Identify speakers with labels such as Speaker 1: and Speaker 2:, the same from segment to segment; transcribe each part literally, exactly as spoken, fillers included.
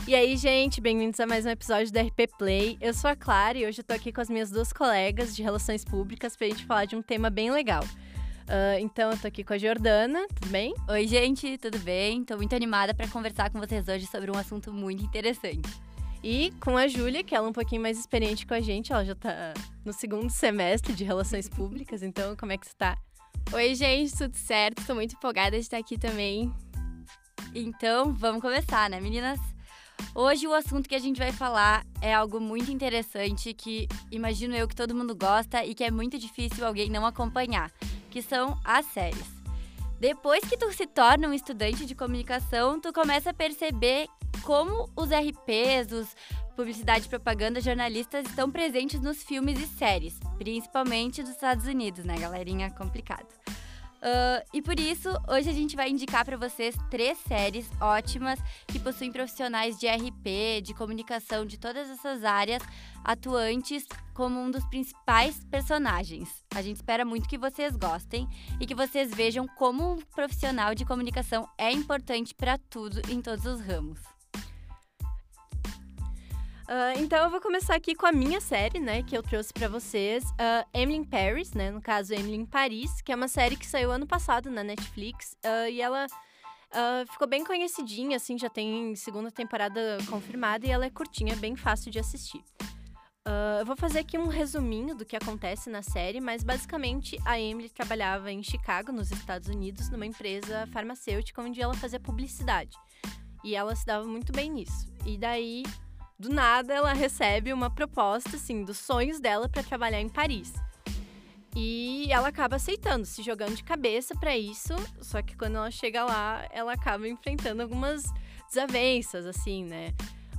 Speaker 1: E aí, gente, bem-vindos a mais um episódio do R P Play. Eu sou a Clara e hoje eu tô aqui com as minhas duas colegas de Relações Públicas pra gente falar de um tema bem legal. Uh, então, eu tô aqui com a Jordana, tudo bem?
Speaker 2: Oi, gente, tudo bem? Tô muito animada pra conversar com vocês hoje sobre um assunto muito interessante.
Speaker 1: E com a Júlia, que ela é um pouquinho mais experiente com a gente, ela já tá no segundo semestre de Relações Públicas, então como é que você tá?
Speaker 3: Oi, gente, tudo certo? Tô muito empolgada de estar aqui também.
Speaker 2: Então, vamos começar, né, meninas? Hoje o assunto que a gente vai falar é algo muito interessante que imagino eu que todo mundo gosta e que é muito difícil alguém não acompanhar, que são as séries. Depois que tu se torna um estudante de comunicação, tu começa a perceber como os R Ps, os publicidade, propaganda, jornalistas estão presentes nos filmes e séries, principalmente dos Estados Unidos, né, galerinha? Complicado. Uh, e por isso, hoje a gente vai indicar para vocês três séries ótimas que possuem profissionais de R P, de comunicação, de todas essas áreas atuantes como um dos principais personagens. A gente espera muito que vocês gostem e que vocês vejam como um profissional de comunicação é importante para tudo em todos os ramos.
Speaker 1: Uh, então eu vou começar aqui com a minha série, né, que eu trouxe pra vocês, uh, Emily in Paris, né, no caso Emily em Paris, que é uma série que saiu ano passado na Netflix, uh, e ela uh, ficou bem conhecidinha, assim, já tem segunda temporada confirmada, e ela é curtinha, bem fácil de assistir. Uh, eu vou fazer aqui um resuminho do que acontece na série, mas basicamente a Emily trabalhava em Chicago, nos Estados Unidos, numa empresa farmacêutica onde ela fazia publicidade, e ela se dava muito bem nisso, e daí... Do nada, ela recebe uma proposta, assim, dos sonhos dela para trabalhar em Paris. E ela acaba aceitando, se jogando de cabeça para isso, só que quando ela chega lá, ela acaba enfrentando algumas desavenças, assim, né?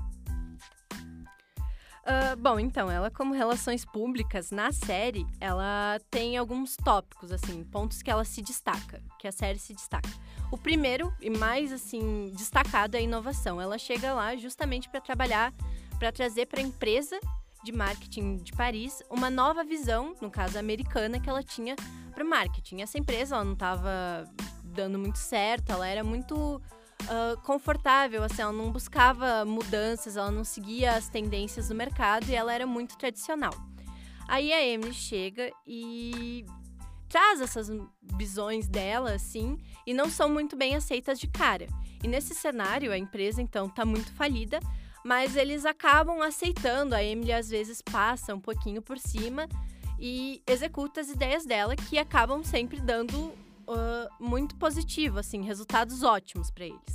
Speaker 1: Uh, bom, então, ela como relações públicas, na série, ela tem alguns tópicos, assim, pontos que ela se destaca, que a série se destaca. O primeiro e mais, assim, destacado é a inovação. Ela chega lá justamente para trabalhar, para trazer para a empresa de marketing de Paris uma nova visão, no caso americana, que ela tinha para o marketing. Essa empresa, ela não estava dando muito certo, ela era muito uh, confortável, assim, ela não buscava mudanças, ela não seguia as tendências do mercado e ela era muito tradicional. Aí a Emily chega e... traz essas visões dela, assim, e não são muito bem aceitas de cara. E nesse cenário, a empresa, então, tá muito falida, mas eles acabam aceitando. A Emily, às vezes, passa um pouquinho por cima e executa as ideias dela, que acabam sempre dando uh, muito positivo, assim, resultados ótimos para eles.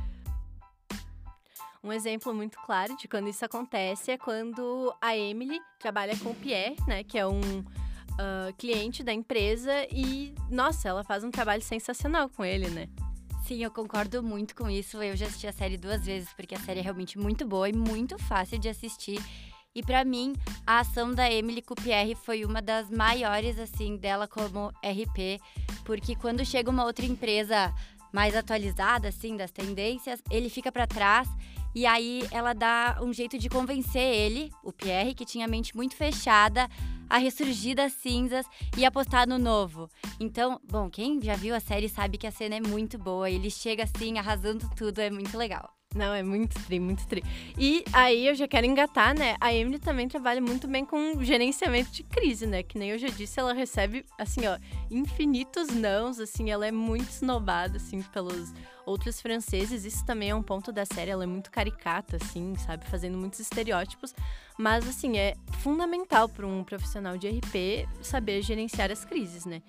Speaker 1: Um exemplo muito claro de quando isso acontece é quando a Emily trabalha com o Pierre, né, que é um... Uh, cliente da empresa e, nossa, ela faz um trabalho sensacional com ele, né?
Speaker 2: Sim, eu concordo muito com isso. Eu já assisti a série duas vezes, porque a série é realmente muito boa e muito fácil de assistir. E pra mim, a ação da Emily com o Pierre foi uma das maiores, assim, dela como R P, porque quando chega uma outra empresa mais atualizada, assim, das tendências, ele fica pra trás. E aí ela dá um jeito de convencer ele, o Pierre, que tinha a mente muito fechada, a ressurgir das cinzas e apostar no novo. Então, bom, quem já viu a série sabe que a cena é muito boa. Ele chega assim, arrasando tudo, é muito legal.
Speaker 1: Não, é muito tri, muito tri. E aí eu já quero engatar, né? A Emily também trabalha muito bem com gerenciamento de crise, né? Que nem eu já disse, ela recebe, assim, ó, infinitos nãos, assim, ela é muito esnobada, assim, pelos outros franceses. Isso também é um ponto da série, ela é muito caricata, assim, sabe? Fazendo muitos estereótipos. Mas, assim, é fundamental para um profissional de R P saber gerenciar as crises, né?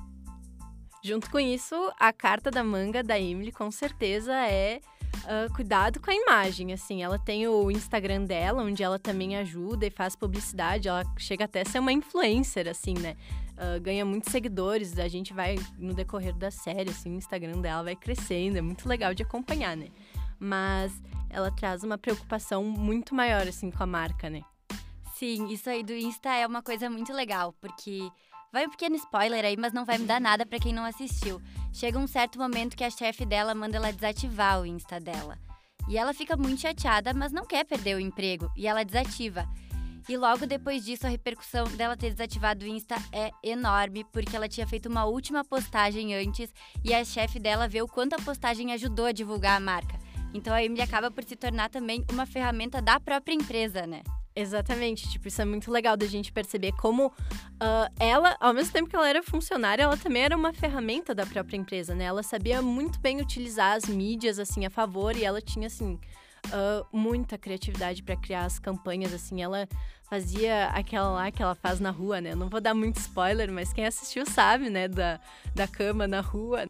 Speaker 1: Junto com isso, a carta da manga da Emily, com certeza, é... Uh, cuidado com a imagem, assim, ela tem o Instagram dela, onde ela também ajuda e faz publicidade, ela chega até a ser uma influencer, assim, né, uh, ganha muitos seguidores, a gente vai, no decorrer da série, assim, o Instagram dela vai crescendo, é muito legal de acompanhar, né, mas ela traz uma preocupação muito maior, assim, com a marca, né.
Speaker 2: Sim, isso aí do Insta é uma coisa muito legal, porque... vai um pequeno spoiler aí, mas não vai mudar nada pra quem não assistiu. Chega um certo momento que a chefe dela manda ela desativar o Insta dela. E ela fica muito chateada, mas não quer perder o emprego, e ela desativa. E logo depois disso, a repercussão dela ter desativado o Insta é enorme, porque ela tinha feito uma última postagem antes, e a chefe dela vê o quanto a postagem ajudou a divulgar a marca. Então a Emily acaba por se tornar também uma ferramenta da própria empresa, né?
Speaker 1: Exatamente, tipo, isso é muito legal da gente perceber como uh, ela, ao mesmo tempo que ela era funcionária, ela também era uma ferramenta da própria empresa, né? Ela sabia muito bem utilizar as mídias, assim, a favor, e ela tinha, assim, uh, muita criatividade para criar as campanhas, assim, ela fazia aquela lá que ela faz na rua, né? Eu não vou dar muito spoiler, mas quem assistiu sabe, né, da, da cama na rua.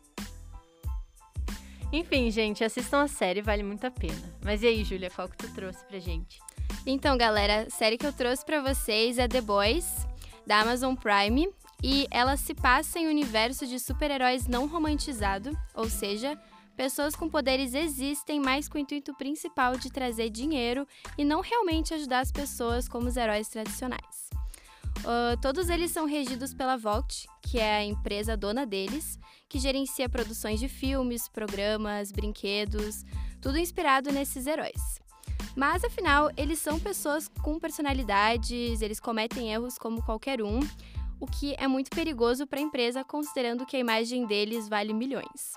Speaker 1: Enfim, gente, assistam a série, vale muito a pena. Mas e aí, Júlia, qual que tu trouxe pra gente?
Speaker 3: Então, galera, a série que eu trouxe pra vocês é The Boys, da Amazon Prime. E ela se passa em um universo de super-heróis não romantizado, ou seja, pessoas com poderes existem, mas com o intuito principal de trazer dinheiro e não realmente ajudar as pessoas como os heróis tradicionais. Uh, todos eles são regidos pela Vault, que é a empresa dona deles, que gerencia produções de filmes, programas, brinquedos, tudo inspirado nesses heróis. Mas, afinal, eles são pessoas com personalidades, eles cometem erros como qualquer um, o que é muito perigoso para a empresa, considerando que a imagem deles vale milhões.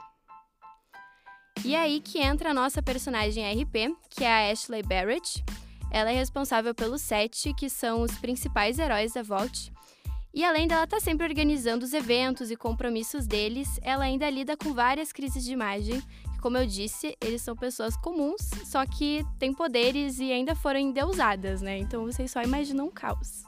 Speaker 3: E é aí que entra a nossa personagem R P, que é a Ashley Barrett. Ela é responsável pelos sete, que são os principais heróis da Vault. E além dela estar sempre organizando os eventos e compromissos deles, ela ainda lida com várias crises de imagem. Como eu disse, eles são pessoas comuns, só que têm poderes e ainda foram endeusadas, né? Então vocês só imaginam um caos.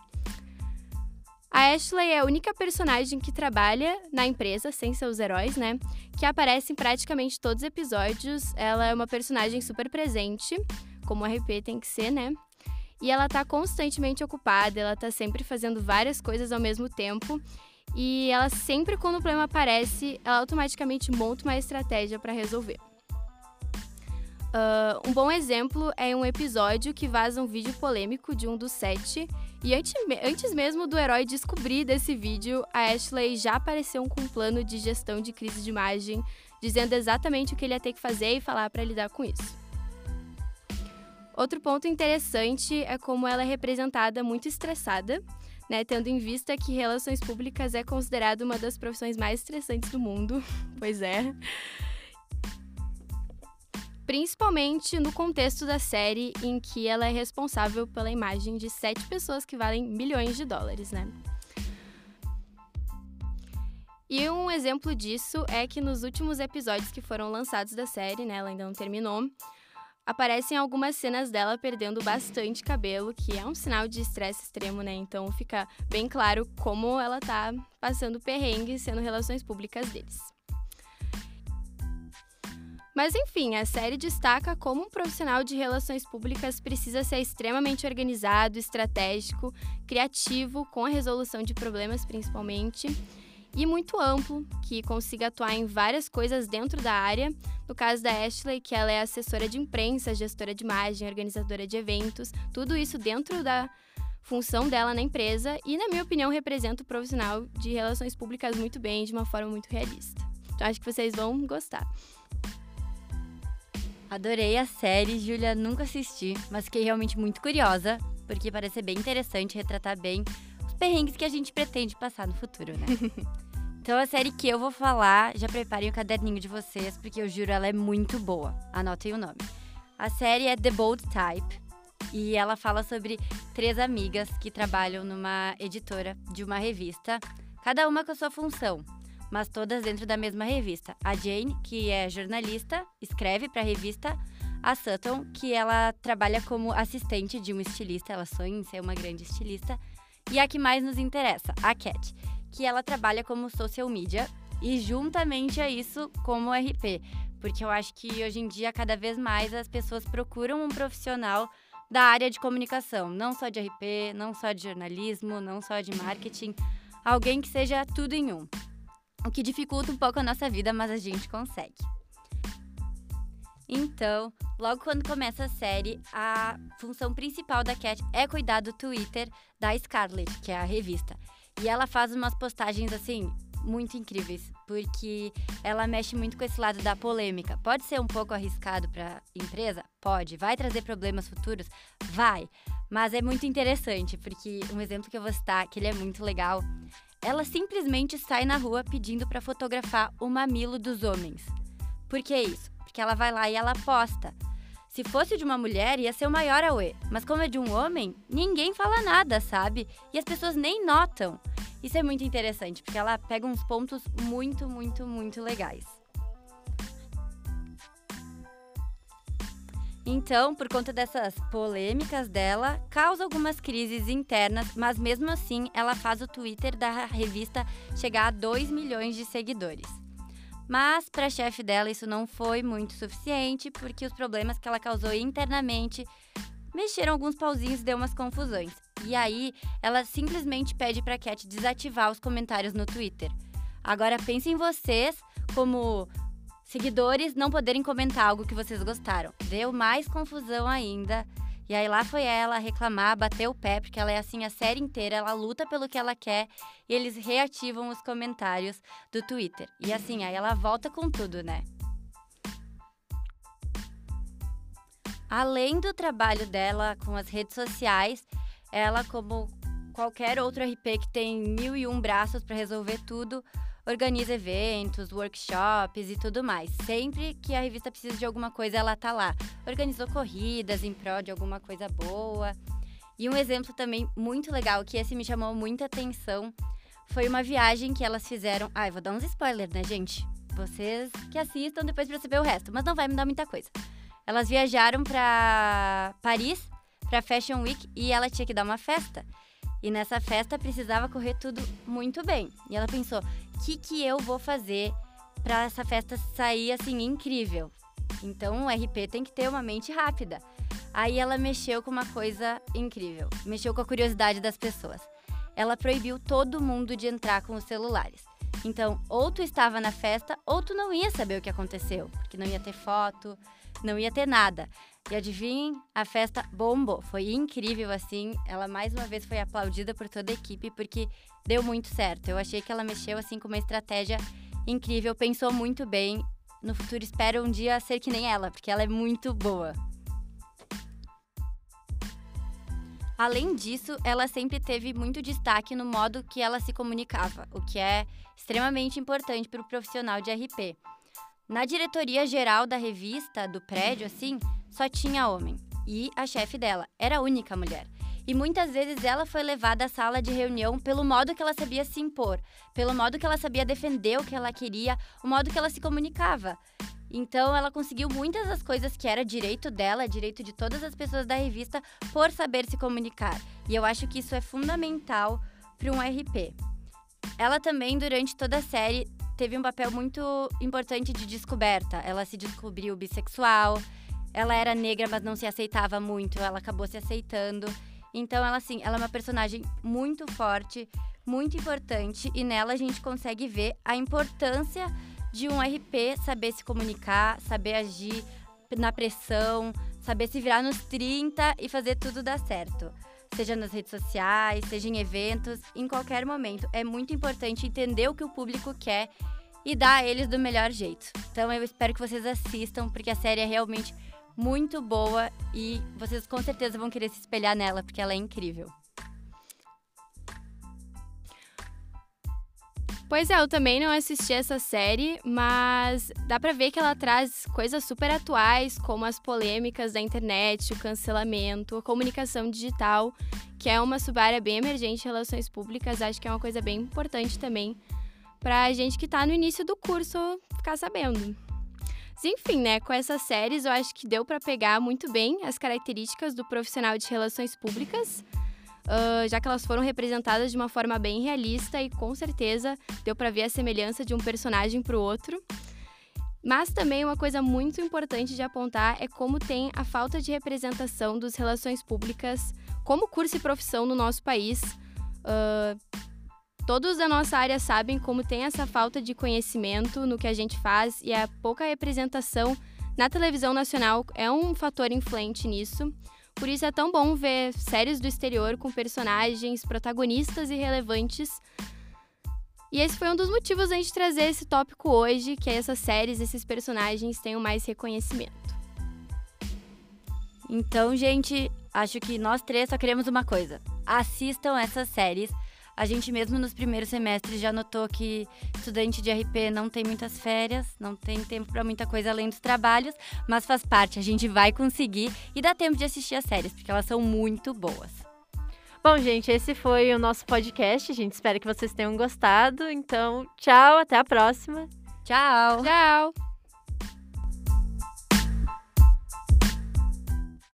Speaker 3: A Ashley é a única personagem que trabalha na empresa, sem seus heróis, né? Que aparece em praticamente todos os episódios. Ela é uma personagem super presente, como o R P tem que ser, né? E ela tá constantemente ocupada, ela tá sempre fazendo várias coisas ao mesmo tempo. E ela sempre, quando o problema aparece, ela automaticamente monta uma estratégia para resolver. Uh, um bom exemplo é um episódio que vaza um vídeo polêmico de um dos sete. E antes, antes mesmo do herói descobrir desse vídeo, a Ashley já apareceu com um plano de gestão de crise de imagem, dizendo exatamente o que ele ia ter que fazer e falar para lidar com isso. Outro ponto interessante é como ela é representada muito estressada, né, tendo em vista que relações públicas é considerado uma das profissões mais estressantes do mundo. Pois é. Principalmente no contexto da série, em que ela é responsável pela imagem de sete pessoas que valem milhões de dólares, né? E um exemplo disso é que nos últimos episódios que foram lançados da série, né, ela ainda não terminou, aparecem algumas cenas dela perdendo bastante cabelo, que é um sinal de estresse extremo, né? Então fica bem claro como ela tá passando perrengue sendo relações públicas deles. Mas enfim, a série destaca como um profissional de relações públicas precisa ser extremamente organizado, estratégico, criativo, com a resolução de problemas principalmente, e muito amplo, que consiga atuar em várias coisas dentro da área. No caso da Ashley, que ela é assessora de imprensa, gestora de imagem, organizadora de eventos, tudo isso dentro da função dela na empresa e, na minha opinião, representa o profissional de relações públicas muito bem, de uma forma muito realista. Então, acho que vocês vão gostar.
Speaker 2: Adorei a série, Júlia, nunca assisti, mas fiquei realmente muito curiosa, porque parece ser bem interessante retratar bem os perrengues que a gente pretende passar no futuro, né? Então a série que eu vou falar, já preparem o caderninho de vocês, porque eu juro, ela é muito boa. Anotem o nome. A série é The Bold Type, e ela fala sobre três amigas que trabalham numa editora de uma revista, cada uma com a sua função, mas todas dentro da mesma revista. A Jane, que é jornalista, escreve para a revista. A Sutton, que ela trabalha como assistente de um estilista, ela sonha em ser uma grande estilista. E a que mais nos interessa, a Cat, que ela trabalha como social media e juntamente a isso como R P. Porque eu acho que hoje em dia, cada vez mais, as pessoas procuram um profissional da área de comunicação. Não só de R P, não só de jornalismo, não só de marketing. Alguém que seja tudo em um. O que dificulta um pouco a nossa vida, mas a gente consegue. Então, logo quando começa a série, a função principal da Cat é cuidar do Twitter da Scarlett, que é a revista. E ela faz umas postagens, assim, muito incríveis, porque ela mexe muito com esse lado da polêmica. Pode ser um pouco arriscado para a empresa? Pode. Vai trazer problemas futuros? Vai. Mas é muito interessante, porque um exemplo que eu vou citar, que ele é muito legal, ela simplesmente sai na rua pedindo para fotografar o mamilo dos homens. Por que isso? Porque ela vai lá e ela posta. Se fosse de uma mulher, ia ser o maior auê. Mas como é de um homem, ninguém fala nada, sabe? E as pessoas nem notam. Isso é muito interessante, porque ela pega uns pontos muito, muito, muito legais. Então, por conta dessas polêmicas dela, causa algumas crises internas, mas mesmo assim, ela faz o Twitter da revista chegar a dois milhões de seguidores. Mas, para a chefe dela, isso não foi muito suficiente, porque os problemas que ela causou internamente mexeram alguns pauzinhos e deu umas confusões. E aí, ela simplesmente pede para a Cat desativar os comentários no Twitter. Agora, pensem vocês como seguidores não poderem comentar algo que vocês gostaram. Deu mais confusão ainda. E aí lá foi ela reclamar, bater o pé, porque ela é assim a série inteira, ela luta pelo que ela quer e eles reativam os comentários do Twitter. E assim, aí ela volta com tudo, né? Além do trabalho dela com as redes sociais, ela, como qualquer outro R P que tem mil e um braços para resolver tudo, organiza eventos, workshops e tudo mais. Sempre que a revista precisa de alguma coisa, ela tá lá. Organizou corridas em prol de alguma coisa boa. E um exemplo também muito legal, que esse me chamou muita atenção, foi uma viagem que elas fizeram. Ai, vou dar uns spoilers, né, gente? Vocês que assistam depois pra saber o resto, mas não vai me dar muita coisa. Elas viajaram pra Paris, pra Fashion Week, e ela tinha que dar uma festa. E nessa festa precisava correr tudo muito bem. E ela pensou, o que, que eu vou fazer para essa festa sair assim incrível? Então o R P tem que ter uma mente rápida. Aí ela mexeu com uma coisa incrível. Mexeu com a curiosidade das pessoas. Ela proibiu todo mundo de entrar com os celulares. Então, ou tu estava na festa, ou tu não ia saber o que aconteceu. Porque não ia ter foto, não ia ter nada. E adivinhem, a festa bombou. Foi incrível, assim. Ela, mais uma vez, foi aplaudida por toda a equipe, porque deu muito certo. Eu achei que ela mexeu, assim, com uma estratégia incrível. Pensou muito bem. No futuro, espero um dia ser que nem ela, porque ela é muito boa. Além disso, ela sempre teve muito destaque no modo que ela se comunicava, o que é extremamente importante para o profissional de R P. Na diretoria geral da revista, do prédio, assim, só tinha homem. E a chefe dela era a única mulher. E muitas vezes ela foi levada à sala de reunião pelo modo que ela sabia se impor, pelo modo que ela sabia defender o que ela queria, o modo que ela se comunicava. Então, ela conseguiu muitas das coisas que era direito dela, direito de todas as pessoas da revista, por saber se comunicar. E eu acho que isso é fundamental para um R P. Ela também, durante toda a série, teve um papel muito importante de descoberta. Ela se descobriu bissexual, ela era negra, mas não se aceitava muito, ela acabou se aceitando. Então, ela, assim, ela é uma personagem muito forte, muito importante, e nela a gente consegue ver a importância de um R P saber se comunicar, saber agir na pressão, saber se virar nos trinta e fazer tudo dar certo. Seja nas redes sociais, seja em eventos, em qualquer momento. É muito importante entender o que o público quer e dar a eles do melhor jeito. Então eu espero que vocês assistam, porque a série é realmente muito boa e vocês com certeza vão querer se espelhar nela, porque ela é incrível.
Speaker 3: Pois é, eu também não assisti essa série, mas dá pra ver que ela traz coisas super atuais, como as polêmicas da internet, o cancelamento, a comunicação digital, que é uma subárea bem emergente em relações públicas. Acho que é uma coisa bem importante também pra gente que tá no início do curso ficar sabendo. Mas, enfim, né, com essas séries eu acho que deu pra pegar muito bem as características do profissional de relações públicas, Uh, já que elas foram representadas de uma forma bem realista e com certeza deu para ver a semelhança de um personagem para o outro. Mas também uma coisa muito importante de apontar é como tem a falta de representação das relações públicas como curso e profissão no nosso país. Uh, todos da nossa área sabem como tem essa falta de conhecimento no que a gente faz, e a pouca representação na televisão nacional é um fator influente nisso. Por isso é tão bom ver séries do exterior com personagens, protagonistas e relevantes. E esse foi um dos motivos da gente trazer esse tópico hoje, que é essas séries, esses personagens tenham mais reconhecimento.
Speaker 2: Então, gente, acho que nós três só queremos uma coisa. Assistam essas séries. A gente mesmo nos primeiros semestres já notou que estudante de R P não tem muitas férias, não tem tempo para muita coisa além dos trabalhos, mas faz parte, a gente vai conseguir e dá tempo de assistir as séries, porque elas são muito boas.
Speaker 1: Bom, gente, esse foi o nosso podcast. A gente espera que vocês tenham gostado. Então, tchau, até a próxima.
Speaker 2: Tchau!
Speaker 3: Tchau!